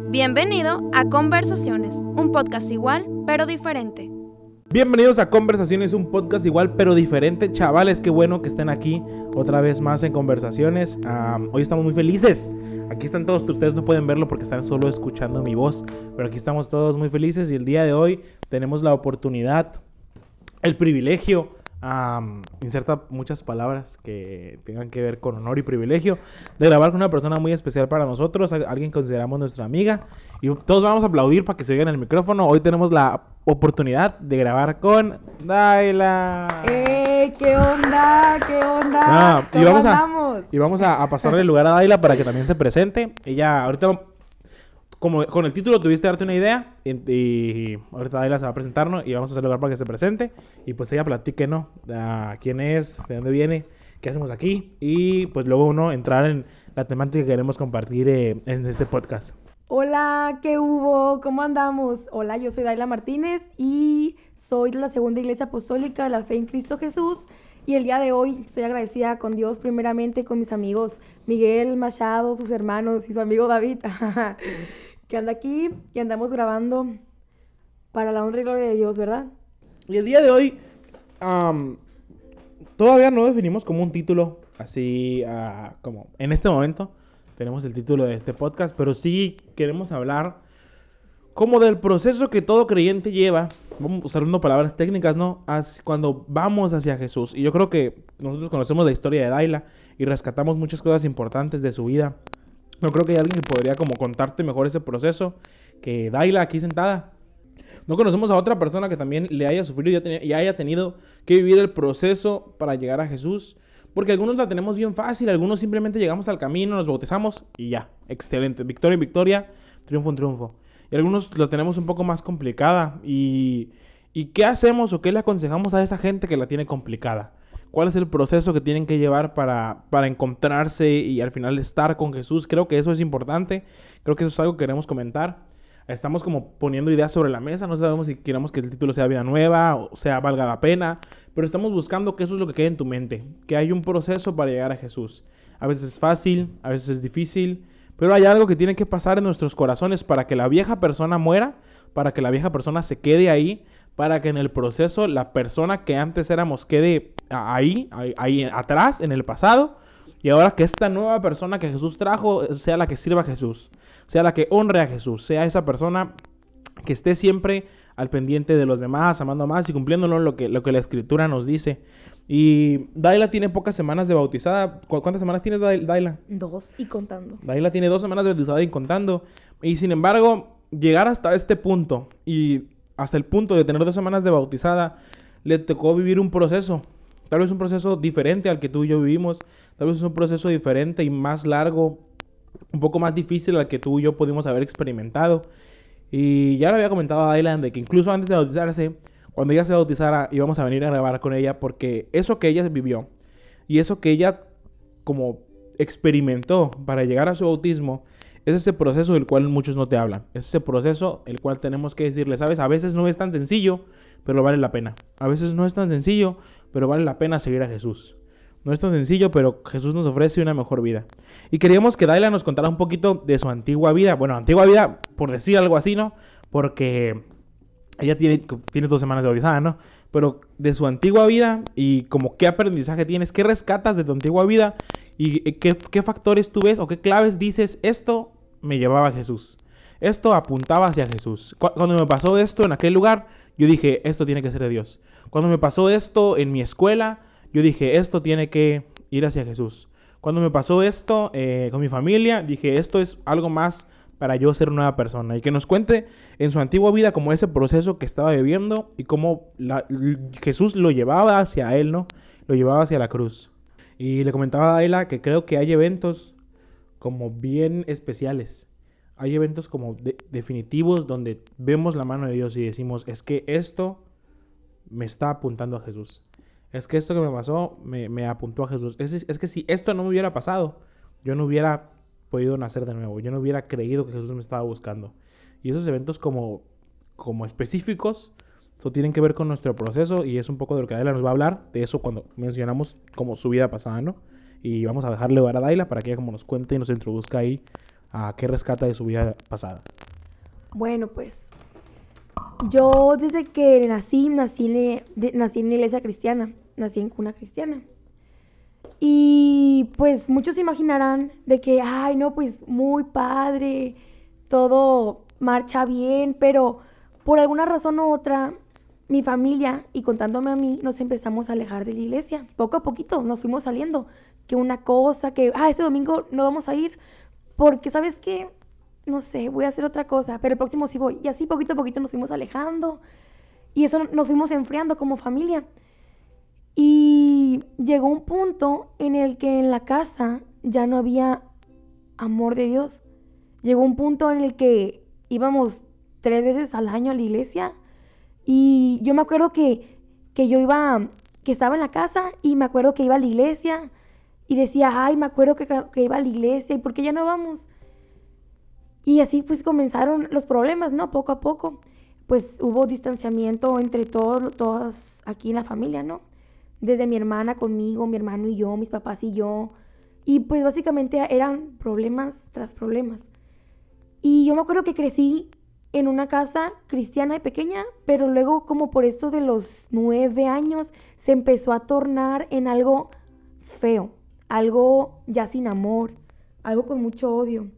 Bienvenido a Conversaciones, un podcast igual pero diferente. Bienvenidos a Conversaciones, un podcast igual pero diferente. Chavales, qué bueno que estén aquí otra vez más en Conversaciones. Hoy estamos muy felices. Aquí están todos, ustedes no pueden verlo porque están solo escuchando mi voz, pero aquí estamos todos muy felices y el día de hoy tenemos la oportunidad, el privilegio, inserta muchas palabras que tengan que ver con honor y privilegio, de grabar con una persona muy especial para nosotros, alguien que consideramos nuestra amiga, y todos vamos a aplaudir para que se oiga en el micrófono. Hoy tenemos la oportunidad de grabar con Daila. ¿Qué onda? Y vamos a pasarle el lugar a Daila para que también se presente. Ella ahorita, como con el título tuviste darte una idea, y ahorita Daila se va a presentarnos y vamos a hacer lugar para que se presente y pues ella platique, ¿no? ¿Quién es? ¿De dónde viene? ¿Qué hacemos aquí? Y pues luego entrar en la temática que queremos compartir en este podcast. Hola, ¿qué hubo? ¿Cómo andamos? Hola, yo soy Daila Martínez y soy de la Segunda Iglesia Apostólica de la Fe en Cristo Jesús. Y el día de hoy estoy agradecida con Dios, primeramente con mis amigos Miguel Machado, sus hermanos y su amigo David, que anda aquí y andamos grabando para la honra y gloria de Dios, ¿verdad? Y el día de hoy todavía no definimos como un título, así como en este momento tenemos el título de este podcast, pero sí queremos hablar como del proceso que todo creyente lleva, vamos usando palabras técnicas, ¿no? Cuando vamos hacia Jesús. Y yo creo que nosotros conocemos la historia de Daila y rescatamos muchas cosas importantes de su vida. No creo que hay alguien que podría como contarte mejor ese proceso que Daila aquí sentada. No conocemos a otra persona que también le haya sufrido y haya tenido que vivir el proceso para llegar a Jesús. Porque algunos la tenemos bien fácil, algunos simplemente llegamos al camino, nos bautizamos y ya, excelente. Victoria en victoria, triunfo en triunfo. Y algunos la tenemos un poco más complicada. ¿Y qué hacemos o qué le aconsejamos a esa gente que la tiene complicada? ¿Cuál es el proceso que tienen que llevar para encontrarse y al final estar con Jesús? Creo que eso es importante. Creo que eso es algo que queremos comentar. Estamos como poniendo ideas sobre la mesa. No sabemos si queremos que el título sea Vida Nueva o sea Valga la Pena. Pero estamos buscando que eso es lo que quede en tu mente. Que hay un proceso para llegar a Jesús. A veces es fácil, a veces es difícil. Pero hay algo que tiene que pasar en nuestros corazones para que la vieja persona muera, para que la vieja persona se quede ahí, para que en el proceso la persona que antes éramos quede ahí atrás, en el pasado, y ahora que esta nueva persona que Jesús trajo sea la que sirva a Jesús, sea la que honre a Jesús, sea esa persona que esté siempre al pendiente de los demás, amando más y cumpliéndolo lo que la Escritura nos dice. Y Daila tiene pocas semanas de bautizada. ¿Cuántas semanas tienes, Daila? 2 y contando. Daila tiene 2 semanas de bautizada y contando. Y sin embargo, llegar hasta este punto y hasta el punto de tener 2 semanas de bautizada, le tocó vivir un proceso. Tal vez un proceso diferente al que tú y yo vivimos. Tal vez es un proceso diferente y más largo, un poco más difícil al que tú y yo pudimos haber experimentado. Y ya lo había comentado a Daila de que incluso antes de bautizarse, cuando ella se bautizara, íbamos a venir a grabar con ella porque eso que ella vivió y eso que ella como experimentó para llegar a su bautismo es ese proceso del cual muchos no te hablan. Es ese proceso el cual tenemos que decirle, ¿sabes? A veces no es tan sencillo, pero vale la pena. A veces no es tan sencillo, pero vale la pena seguir a Jesús. No es tan sencillo, pero Jesús nos ofrece una mejor vida. Y queríamos que Daila nos contara un poquito de su antigua vida. Bueno, antigua vida, por decir algo así, ¿no? Porque ella tiene 2 semanas de bautizada, ¿no? Pero de su antigua vida y como qué aprendizaje tienes, qué rescatas de tu antigua vida y qué factores tú ves o qué claves dices, esto me llevaba a Jesús. Esto apuntaba hacia Jesús. Cuando me pasó esto en aquel lugar, yo dije, esto tiene que ser de Dios. Cuando me pasó esto en mi escuela, yo dije, esto tiene que ir hacia Jesús. Cuando me pasó esto con mi familia, dije, esto es algo más para yo ser una nueva persona. Y que nos cuente en su antigua vida como ese proceso que estaba viviendo y cómo Jesús lo llevaba hacia él, ¿no? Lo llevaba hacia la cruz. Y le comentaba a Daila que creo que hay eventos como bien especiales. Hay eventos como definitivos donde vemos la mano de Dios y decimos, es que esto me está apuntando a Jesús. Es que esto que me pasó me apuntó a Jesús. Es que si esto no me hubiera pasado, yo no hubiera podido nacer de nuevo. Yo no hubiera creído que Jesús me estaba buscando. Y esos eventos como específicos, eso tienen que ver con nuestro proceso y es un poco de lo que Daila nos va a hablar, de eso cuando mencionamos como su vida pasada, ¿no? Y vamos a dejarle lugar a Daila para que ella como nos cuente y nos introduzca ahí a qué rescata de su vida pasada. Bueno, pues yo desde que nací en una iglesia cristiana, nací en cuna cristiana. Y pues muchos se imaginarán de que, ay, no, pues muy padre, todo marcha bien, pero por alguna razón u otra, mi familia y contándome a mí, nos empezamos a alejar de la iglesia. Poco a poquito nos fuimos saliendo, que una cosa, que, ese domingo no vamos a ir, porque, ¿sabes qué? No sé, voy a hacer otra cosa, pero el próximo sí voy. Y así poquito a poquito nos fuimos alejando y eso nos fuimos enfriando como familia. Y llegó un punto en el que en la casa ya no había amor de Dios. Llegó un punto en el que íbamos 3 veces al año a la iglesia y yo me acuerdo que yo iba, que estaba en la casa y me acuerdo que iba a la iglesia y decía, ay, me acuerdo que iba a la iglesia y ¿por qué ya no vamos? Y así pues comenzaron los problemas, ¿no? Poco a poco. Pues hubo distanciamiento entre todos aquí en la familia, ¿no? Desde mi hermana conmigo, mi hermano y yo, mis papás y yo. Y pues básicamente eran problemas tras problemas. Y yo me acuerdo que crecí en una casa cristiana y pequeña, pero luego como por esto de los 9 años se empezó a tornar en algo feo, algo ya sin amor, algo con mucho odio.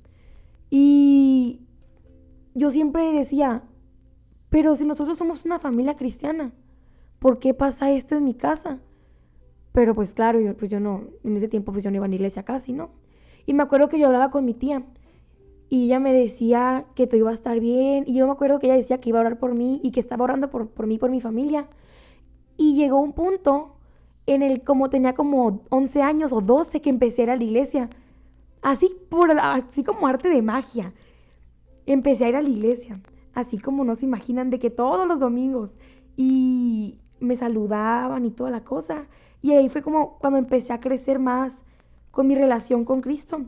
Y yo siempre decía, pero si nosotros somos una familia cristiana, ¿por qué pasa esto en mi casa? Pero pues claro, yo no, en ese tiempo pues yo no iba a la iglesia casi, ¿no? Y me acuerdo que yo hablaba con mi tía y ella me decía que todo iba a estar bien y yo me acuerdo que ella decía que iba a orar por mí y que estaba orando por mí, por mi familia. Y llegó un punto en el como tenía como 11 años o 12 que empecé a ir a la iglesia, así como arte de magia. Empecé a ir a la iglesia, así como no se imaginan, de que todos los domingos y me saludaban y toda la cosa. Y ahí fue como cuando empecé a crecer más con mi relación con Cristo.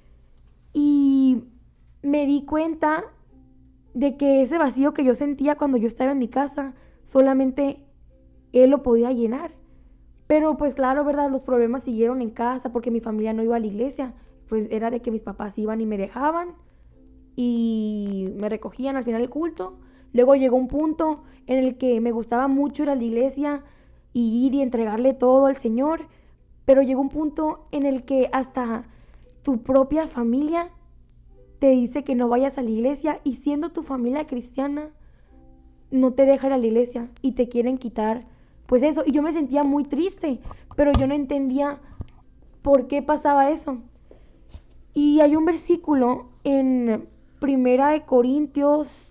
Y me di cuenta de que ese vacío que yo sentía cuando yo estaba en mi casa, solamente Él lo podía llenar. Pero pues claro, ¿verdad? Los problemas siguieron en casa porque mi familia no iba a la iglesia. Pues era de que mis papás iban y me dejaban y me recogían al final del culto. Luego llegó un punto en el que me gustaba mucho ir a la iglesia y ir y entregarle todo al Señor, pero llegó un punto en el que hasta tu propia familia te dice que no vayas a la iglesia y siendo tu familia cristiana no te deja ir a la iglesia y te quieren quitar pues eso. Y yo me sentía muy triste, pero yo no entendía por qué pasaba eso. Y hay un versículo en Primera de Corintios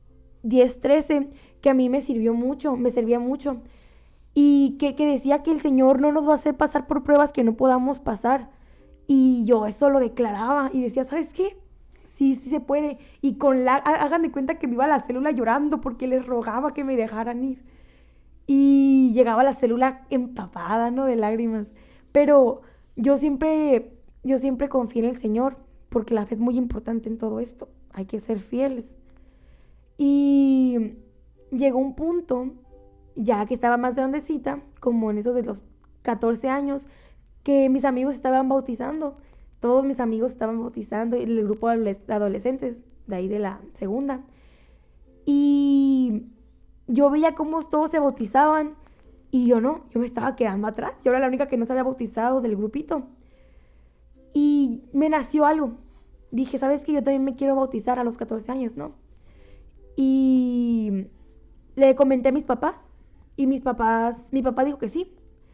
10:13 que a mí me servía mucho. Y que decía que el Señor no nos va a hacer pasar por pruebas que no podamos pasar. Y yo eso lo declaraba y decía, ¿sabes qué? Sí, sí se puede. Y hagan de cuenta que me iba a la célula llorando porque les rogaba que me dejaran ir. Y llegaba a la célula empapada, ¿no? De lágrimas. Pero yo siempre confié en el Señor porque la fe es muy importante en todo esto. Hay que ser fieles. Y llegó un punto, ya que estaba más grandecita, como en esos de los 14 años, que mis amigos estaban bautizando. Todos mis amigos estaban bautizando, el grupo de adolescentes, de ahí de la segunda. Y yo veía cómo todos se bautizaban y yo no, yo me estaba quedando atrás. Yo era la única que no se había bautizado del grupito. Y me nació algo. Dije, ¿sabes qué? Yo también me quiero bautizar a los 14 años, ¿no? Y le comenté a mis papás y mi papá dijo que sí.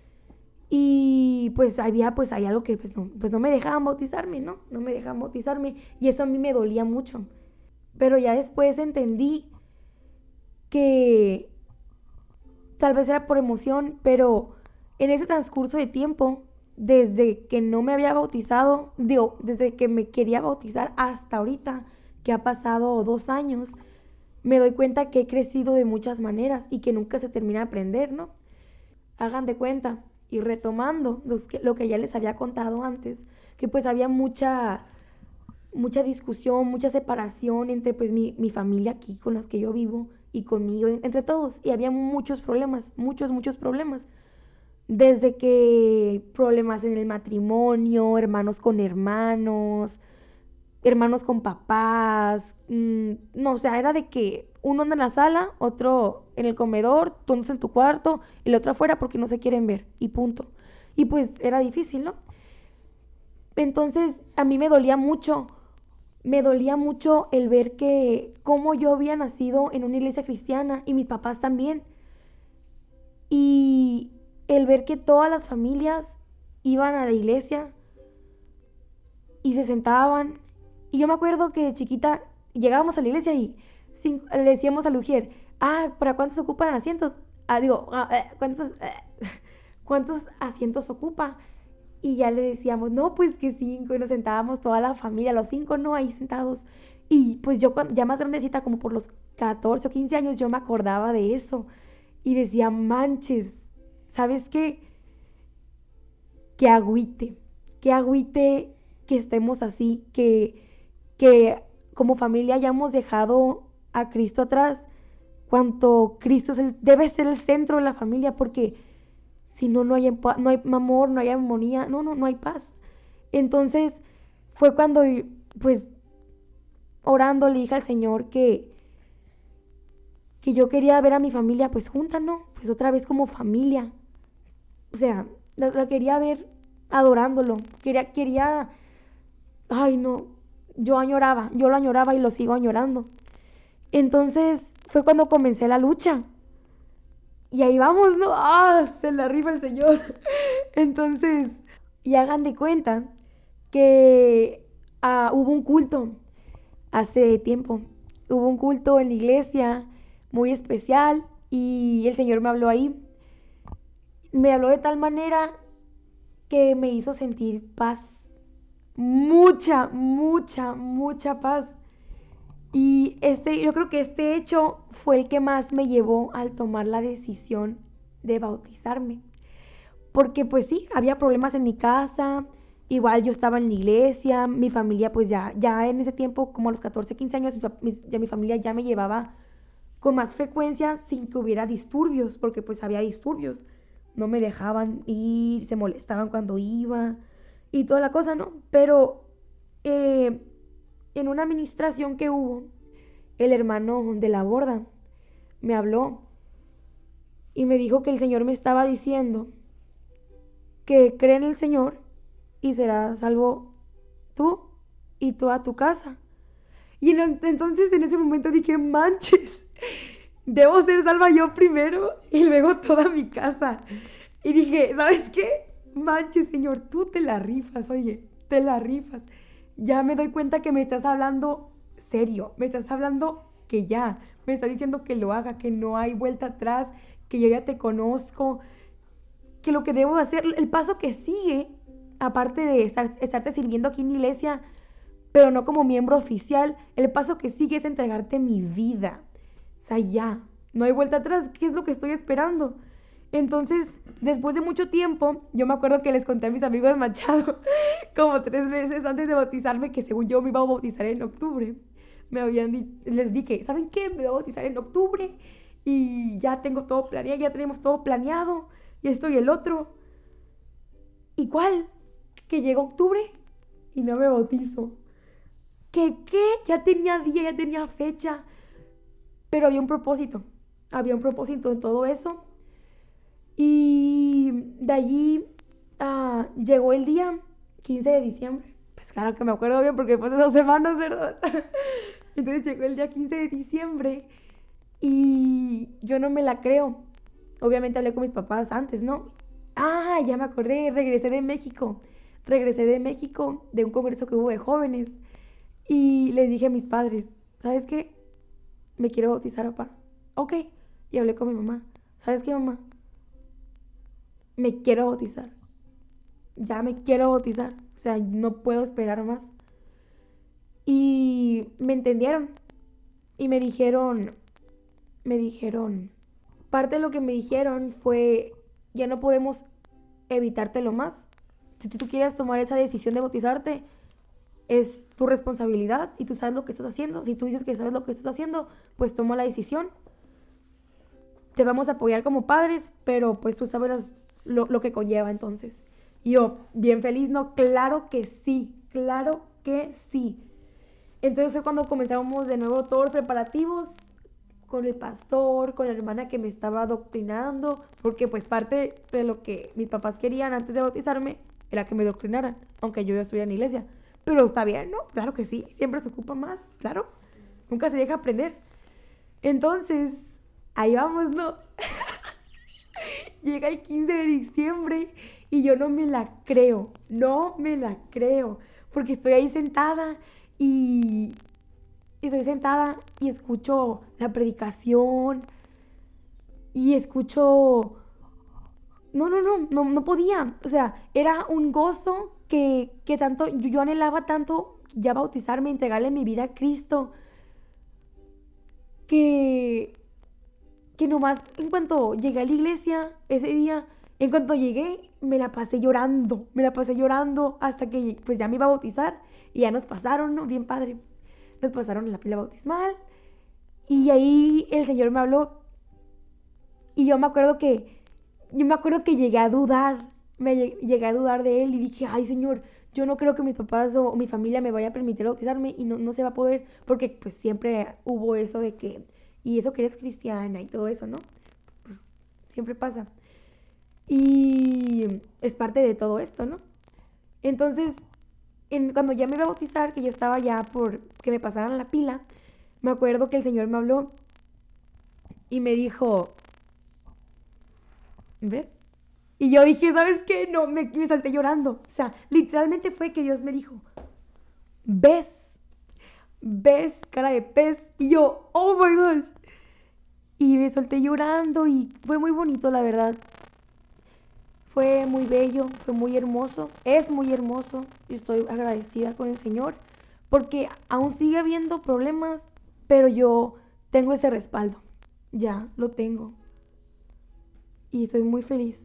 Y pues hay algo que pues no me dejaban bautizarme, ¿no? No me dejaban bautizarme y eso a mí me dolía mucho. Pero ya después entendí que tal vez era por emoción, pero en ese transcurso de tiempo, desde que no me había bautizado, desde que me quería bautizar hasta ahorita, que ha pasado 2 años, me doy cuenta que he crecido de muchas maneras y que nunca se termina de aprender, ¿no? Hagan de cuenta, y retomando lo que ya les había contado antes, que pues había mucha discusión, mucha separación entre pues mi familia aquí con las que yo vivo y conmigo, entre todos, y había muchos problemas, muchos problemas. Desde que problemas en el matrimonio, hermanos con hermanos, hermanos con papás, no, o sea, era de que uno anda en la sala, otro en el comedor, tú andas en tu cuarto, el otro afuera porque no se quieren ver, y punto. Y pues era difícil, ¿no? Entonces a mí me dolía mucho el ver que cómo yo había nacido en una iglesia cristiana y mis papás también. Y el ver que todas las familias iban a la iglesia y se sentaban. Y yo me acuerdo que de chiquita llegábamos a la iglesia y le decíamos al ujier, ¿para cuántos ocupan asientos? ¿Cuántos asientos ocupa? Y ya le decíamos, no, pues que 5, y nos sentábamos toda la familia, los 5, no, ahí sentados. Y pues yo ya más grandecita, como por los 14 o 15 años, yo me acordaba de eso. Y decía, manches, ¿sabes qué? Que agüite que estemos así, que como familia hayamos dejado a Cristo atrás, cuanto Cristo debe ser el centro de la familia, porque si no, no hay amor, no hay armonía, no hay paz. Entonces fue cuando, pues, orando le dije al Señor que yo quería ver a mi familia, pues, junta, ¿no? Pues otra vez como familia. O sea, la quería ver adorándolo. Quería, ay, no, yo lo añoraba y lo sigo añorando. Entonces fue cuando comencé la lucha. Y ahí vamos, ¿no? Se la rifa el Señor. Entonces, y hagan de cuenta que hubo un culto hace tiempo. Hubo un culto en la iglesia muy especial y el Señor me habló ahí. Me habló de tal manera que me hizo sentir paz. Mucha paz. Y yo creo que este hecho fue el que más me llevó al tomar la decisión de bautizarme. Porque pues sí, había problemas en mi casa, igual yo estaba en la iglesia, mi familia pues ya en ese tiempo, como a los 14, 15 años, ya mi familia ya me llevaba con más frecuencia sin que hubiera disturbios, porque pues había disturbios. No me dejaban ir, se molestaban cuando iba y toda la cosa, ¿no? Pero en una administración que hubo, el hermano de la borda me habló y me dijo que el Señor me estaba diciendo que cree en el Señor y serás salvo tú y toda tu casa. Y entonces en ese momento dije, manches, debo ser salva yo primero y luego toda mi casa. Y dije, ¿sabes qué? Manches, Señor, tú te la rifas, oye, te la rifas. Ya me doy cuenta que me estás hablando serio, me estás hablando que ya, me estás diciendo que lo haga, que no hay vuelta atrás, que yo ya te conozco, que lo que debo hacer, el paso que sigue, aparte de estarte sirviendo aquí en la iglesia, pero no como miembro oficial, el paso que sigue es entregarte mi vida. O sea, ya, no hay vuelta atrás, ¿qué es lo que estoy esperando? Entonces, después de mucho tiempo, yo me acuerdo que les conté a mis amigos de Machado, como 3 veces antes de bautizarme, que según yo me iba a bautizar en octubre. Les dije, ¿saben qué? Me voy a bautizar en octubre y ya tengo todo planeado, ya tenemos todo planeado, y esto y el otro. ¿Y cuál? Que llega octubre y no me bautizo. ¿Qué? Ya tenía día, ya tenía fecha, pero había un propósito en todo eso. Y de allí llegó el día 15 de diciembre. Pues claro que me acuerdo bien porque después de 2 semanas, ¿verdad? Entonces llegó el día 15 de diciembre y yo no me la creo. Obviamente hablé con mis papás antes, ¿no? Ya me acordé, regresé de México de un congreso que hubo de jóvenes y les dije a mis padres, ¿sabes qué? Me quiero bautizar, papá. Ok. Y hablé con mi mamá. ¿Sabes qué, mamá? Me quiero bautizar. Ya me quiero bautizar. O sea, no puedo esperar más. Y me entendieron. Y me dijeron, parte de lo que me dijeron fue, ya no podemos evitártelo más. Si tú quieres tomar esa decisión de bautizarte, es tu responsabilidad y tú sabes lo que estás haciendo. Si tú dices que sabes lo que estás haciendo, pues toma la decisión. Te vamos a apoyar como padres, pero pues tú sabes lo que conlleva entonces. Y yo, bien feliz, no, claro que sí. Entonces fue cuando comenzamos de nuevo todos los preparativos con el pastor, con la hermana que me estaba adoctrinando, porque pues parte de lo que mis papás querían antes de bautizarme era que me adoctrinaran, aunque yo ya estuviera en la iglesia. Pero está bien, ¿no? Claro que sí, siempre se ocupa más, claro. Nunca se deja aprender. Entonces, ahí vamos, ¿no? Llega el 15 de diciembre y yo no me la creo, porque estoy ahí sentada y escucho la predicación y escucho... No podía. O sea, era un gozo que tanto, yo anhelaba tanto ya bautizarme, entregarle mi vida a Cristo, que nomás en cuanto llegué a la iglesia ese día, en cuanto llegué, me la pasé llorando hasta que pues ya me iba a bautizar y ya nos pasaron, ¿no? Bien padre. Nos pasaron en la pila bautismal y ahí el Señor me habló y yo me acuerdo que llegué a dudar, llegué a dudar de Él y dije, ay Señor, yo no creo que mis papás o mi familia me vaya a permitir bautizarme y no se va a poder, porque pues siempre hubo eso de que, y eso que eres cristiana y todo eso, ¿no? Pues siempre pasa. Y es parte de todo esto, ¿no? Entonces, cuando ya me iba a bautizar, que yo estaba ya por que me pasaran la pila, me acuerdo que el Señor me habló y me dijo, ¿ves? Y yo dije, ¿sabes qué? No, me salté llorando. O sea, literalmente fue que Dios me dijo, ¿ves? ¿Ves? Cara de pez. Y yo, oh my gosh. Y me solté llorando y fue muy bonito, la verdad. Fue muy bello, fue muy hermoso. Es muy hermoso y estoy agradecida con el Señor porque aún sigue habiendo problemas, pero yo tengo ese respaldo. Ya, lo tengo. Y estoy muy feliz,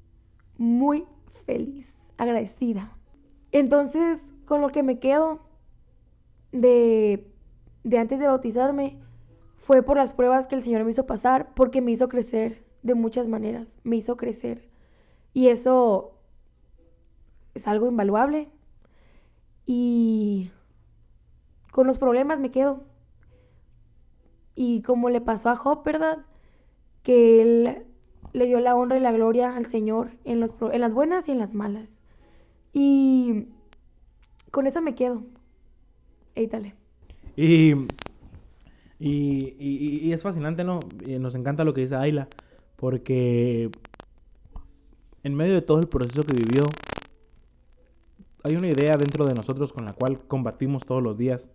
agradecida. Entonces, con lo que me quedo de antes de bautizarme fue por las pruebas que el Señor me hizo pasar, porque me hizo crecer de muchas maneras, me hizo crecer. Y eso es algo invaluable. Y con los problemas me quedo. Y como le pasó a Job, ¿verdad? Que él le dio la honra y la gloria al Señor en las buenas y en las malas. Y con eso me quedo. Éitale. Y es fascinante, ¿no? Nos encanta lo que dice Ayla, porque en medio de todo el proceso que vivió, hay una idea dentro de nosotros con la cual combatimos todos los días.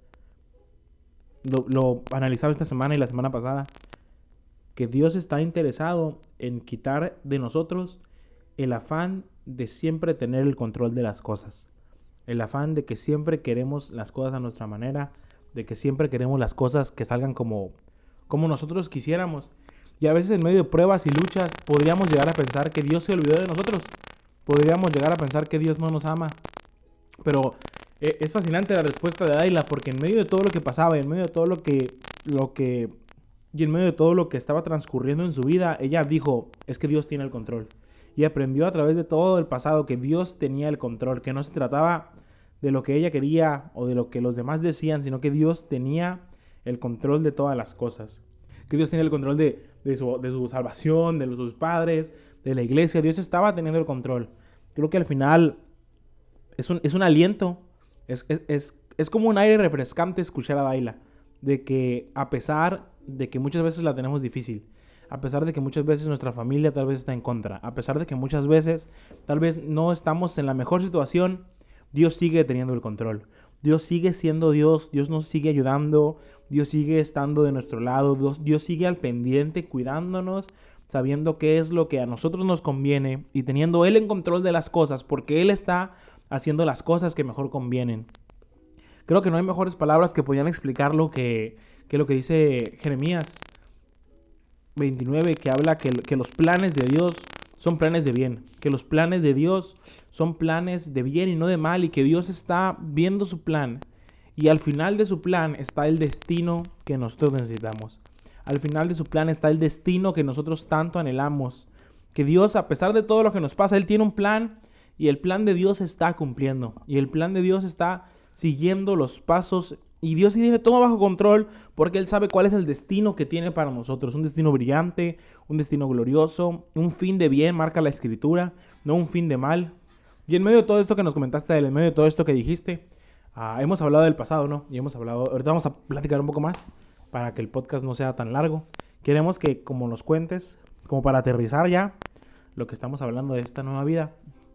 Lo analizaba esta semana y la semana pasada, que Dios está interesado en quitar de nosotros el afán de siempre tener el control de las cosas. El afán de que siempre queremos las cosas a nuestra manera, de que siempre queremos las cosas que salgan como nosotros quisiéramos. Y a veces en medio de pruebas y luchas podríamos llegar a pensar que Dios se olvidó de nosotros. Podríamos llegar a pensar que Dios no nos ama. Pero es fascinante la respuesta de Ayla, porque en medio de todo lo que pasaba, en medio de todo y en medio de todo lo que estaba transcurriendo en su vida, ella dijo, es que Dios tiene el control. Y aprendió a través de todo el pasado que Dios tenía el control, que no se trataba de lo que ella quería o de lo que los demás decían, sino que Dios tenía el control de todas las cosas. Que Dios tenía el control de su salvación, de sus padres, de la iglesia. Dios estaba teniendo el control. Creo que al final es un aliento, es como un aire refrescante escuchar a Ayla, de que a pesar de que muchas veces la tenemos difícil, a pesar de que muchas veces nuestra familia tal vez está en contra, a pesar de que muchas veces tal vez no estamos en la mejor situación, Dios sigue teniendo el control. Dios sigue siendo Dios, Dios nos sigue ayudando, Dios sigue estando de nuestro lado, Dios sigue al pendiente, cuidándonos, sabiendo qué es lo que a nosotros nos conviene y teniendo Él en control de las cosas, porque Él está haciendo las cosas que mejor convienen. Creo que no hay mejores palabras que podían explicarlo que lo que dice Jeremías 29, que habla que los planes de Dios son planes de bien, que los planes de Dios son planes de bien y no de mal, y que Dios está viendo su plan, y al final de su plan está el destino que nosotros necesitamos. Al final de su plan está el destino que nosotros tanto anhelamos, que Dios, a pesar de todo lo que nos pasa, Él tiene un plan, y el plan de Dios está cumpliendo, y el plan de Dios está siguiendo los pasos Y Dios sí tiene todo bajo control porque Él sabe cuál es el destino que tiene para nosotros. Un destino brillante, un destino glorioso, un fin de bien, marca la Escritura, no un fin de mal. Y en medio de todo esto que nos comentaste, en medio de todo esto que dijiste, hemos hablado del pasado, ¿no? Y hemos hablado, ahorita vamos a platicar un poco más para que el podcast no sea tan largo. Queremos que como nos cuentes, como para aterrizar ya lo que estamos hablando de esta nueva vida,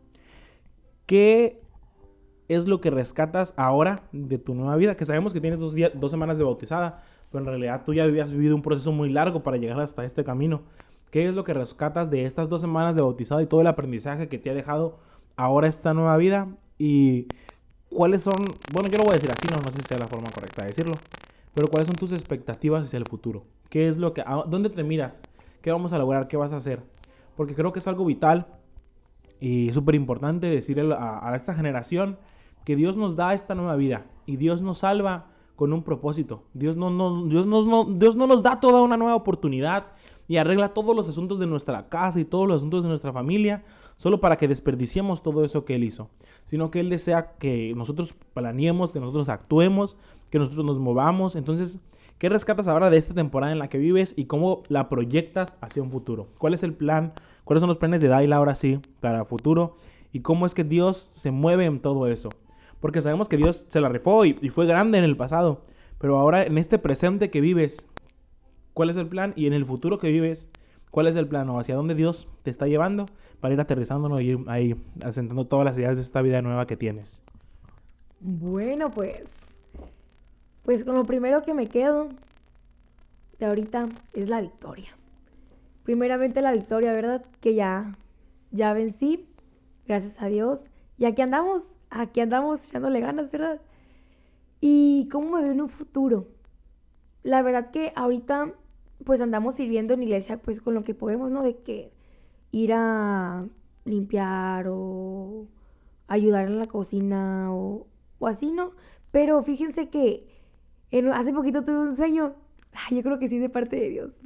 ¿qué es lo que rescatas ahora de tu nueva vida? Que sabemos que tienes 2 semanas de bautizada, pero en realidad tú ya habías vivido un proceso muy largo para llegar hasta este camino. ¿Qué es lo que rescatas de estas 2 semanas de bautizada y todo el aprendizaje que te ha dejado ahora esta nueva vida? Y cuáles son, bueno, yo lo voy a decir así, no sé si sea la forma correcta de decirlo, pero cuáles son tus expectativas hacia el futuro. ¿Qué es lo que, dónde te miras? ¿Qué vamos a lograr? ¿Qué vas a hacer? Porque creo que es algo vital y súper importante decirle a esta generación que Dios nos da esta nueva vida y Dios nos salva con un propósito. Dios no nos da toda una nueva oportunidad y arregla todos los asuntos de nuestra casa y todos los asuntos de nuestra familia solo para que desperdiciemos todo eso que Él hizo, sino que Él desea que nosotros planeemos, que nosotros actuemos, que nosotros nos movamos. Entonces, ¿qué rescatas ahora de esta temporada en la que vives y cómo la proyectas hacia un futuro? ¿Cuál es el plan? ¿Cuáles son los planes de Dayla ahora sí para el futuro? ¿Y cómo es que Dios se mueve en todo eso? Porque sabemos que Dios se la rifó y fue grande en el pasado. Pero ahora en este presente que vives, ¿cuál es el plan? Y en el futuro que vives, ¿cuál es el plan? ¿O hacia dónde Dios te está llevando para ir aterrizándonos y ir ahí asentando todas las ideas de esta vida nueva que tienes? Bueno, pues con lo primero que me quedo de ahorita es la victoria. Primeramente la victoria, ¿verdad? Que ya vencí, gracias a Dios. Y aquí andamos echándole ganas, ¿verdad? Y cómo me veo en un futuro. La verdad que ahorita pues andamos sirviendo en iglesia pues con lo que podemos, ¿no? De que ir a limpiar o ayudar en la cocina o así, ¿no? Pero fíjense que hace poquito tuve un sueño. Yo creo que sí de parte de Dios,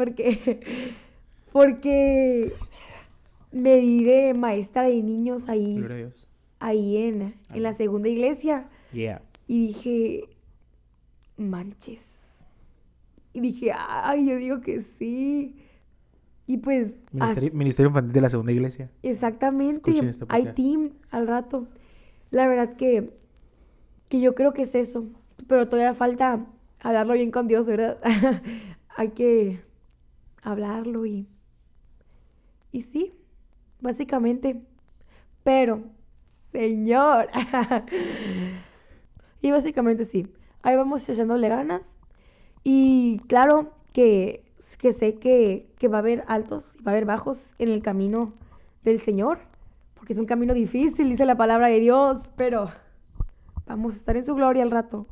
porque me vi de maestra de niños ahí. Gloria a Dios. Ahí en la segunda iglesia. Yeah. Y dije, manches. Y dije, ay, yo digo que sí. Y pues... Ministerio Infantil de la Segunda Iglesia. Exactamente. Este hay team al rato. La verdad que yo creo que es eso. Pero todavía falta hablarlo bien con Dios, ¿verdad? Hay que hablarlo y sí, básicamente. Pero... Señor. Y básicamente sí. Ahí vamos echándole ganas. Y claro que sé que va a haber altos y va a haber bajos en el camino del Señor. Porque es un camino difícil, dice la palabra de Dios. Pero vamos a estar en su gloria al rato.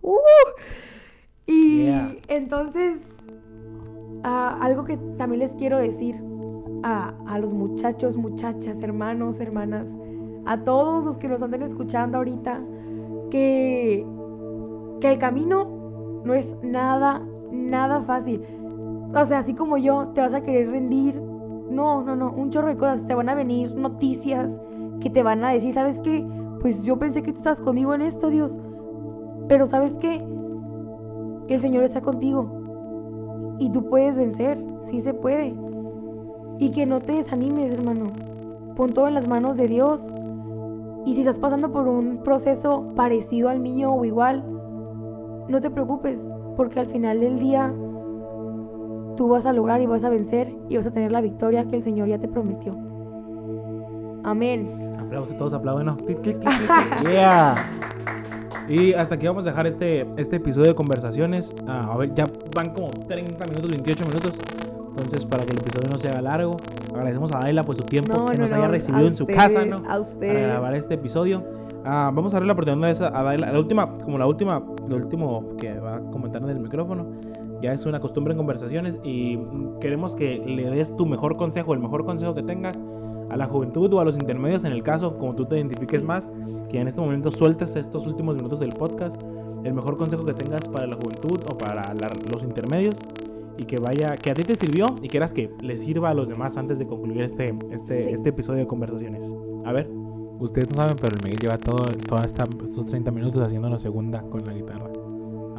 Y entonces, algo que también les quiero decir a los muchachos, muchachas, hermanos, hermanas, a todos los que nos anden escuchando ahorita, que el camino no es nada fácil. O sea, así como yo, te vas a querer rendir. No, un chorro de cosas. Te van a venir noticias que te van a decir, ¿sabes qué? Pues yo pensé que tú estás conmigo en esto, Dios. Pero ¿sabes qué? El Señor está contigo. Y tú puedes vencer, sí se puede. Y que no te desanimes, hermano. Pon todo en las manos de Dios. Y si estás pasando por un proceso parecido al mío o igual, no te preocupes, porque al final del día tú vas a lograr y vas a vencer y vas a tener la victoria que el Señor ya te prometió. Amén. Aplausos, todos aplauden, ¿no? Yeah. Y hasta aquí vamos a dejar este episodio de conversaciones. A ver, ya van como 30 minutos, 28 minutos. Entonces, para que el episodio no se haga largo, agradecemos a Dayla por su tiempo que nos haya recibido en su casa, ¿no? A ustedes. Para grabar este episodio. Vamos a darle la oportunidad a Dayla. Lo último que va a comentar en el micrófono. Ya es una costumbre en conversaciones y queremos que le des tu mejor consejo, el mejor consejo que tengas a la juventud o a los intermedios, en el caso, como tú te identifiques más, que en este momento sueltes estos últimos minutos del podcast, el mejor consejo que tengas para la juventud o para los intermedios, y que a ti te sirvió y quieras que le sirva a los demás antes de concluir este episodio de conversaciones. A ver. Ustedes no saben, pero el Miguel lleva todos estos 30 minutos haciendo la segunda con la guitarra.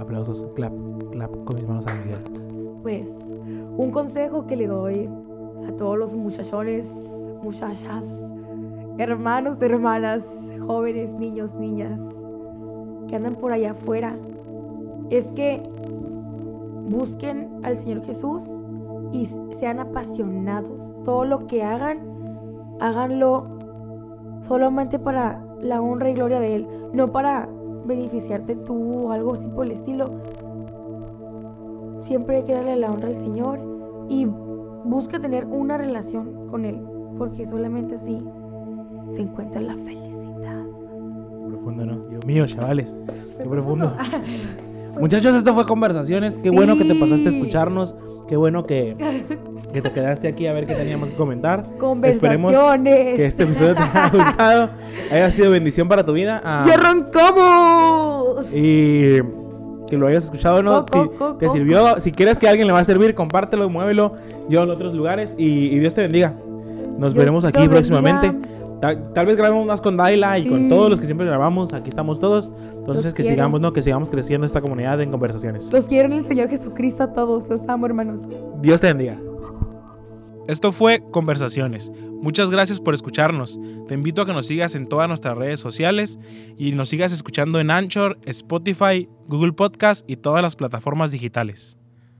Aplausos, clap con mis manos a Miguel. Pues, un consejo que le doy a todos los muchachones, muchachas, hermanos, hermanas, jóvenes, niños, niñas, que andan por allá afuera, es que busquen al Señor Jesús y sean apasionados. Todo lo que hagan, háganlo solamente para la honra y gloria de Él, no para beneficiarte tú o algo así por el estilo. Siempre hay que darle la honra al Señor y busca tener una relación con Él, porque solamente así se encuentra la felicidad. Profundo, ¿no? Dios mío, chavales, qué profundo. Muchachos, esto fue Conversaciones. Qué bueno que te pasaste a escucharnos. Qué bueno que te quedaste aquí a ver qué teníamos que comentar. Conversaciones. Esperemos que este episodio te haya gustado, haya sido bendición para tu vida. ¡Y arrancamos! Y que lo hayas escuchado, ¿no? Si te sirvió, si quieres que a alguien le va a servir, compártelo, muévelo, llévalo a otros lugares y Dios te bendiga. Nos veremos aquí próximamente. Tal vez grabemos más con Daila y con todos los que siempre grabamos. Aquí estamos todos. Entonces que sigamos, ¿no? Que sigamos creciendo esta comunidad en Conversaciones. Los quiero en el Señor Jesucristo a todos. Los amo, hermanos. Dios te bendiga. Esto fue Conversaciones. Muchas gracias por escucharnos. Te invito a que nos sigas en todas nuestras redes sociales y nos sigas escuchando en Anchor, Spotify, Google Podcast y todas las plataformas digitales.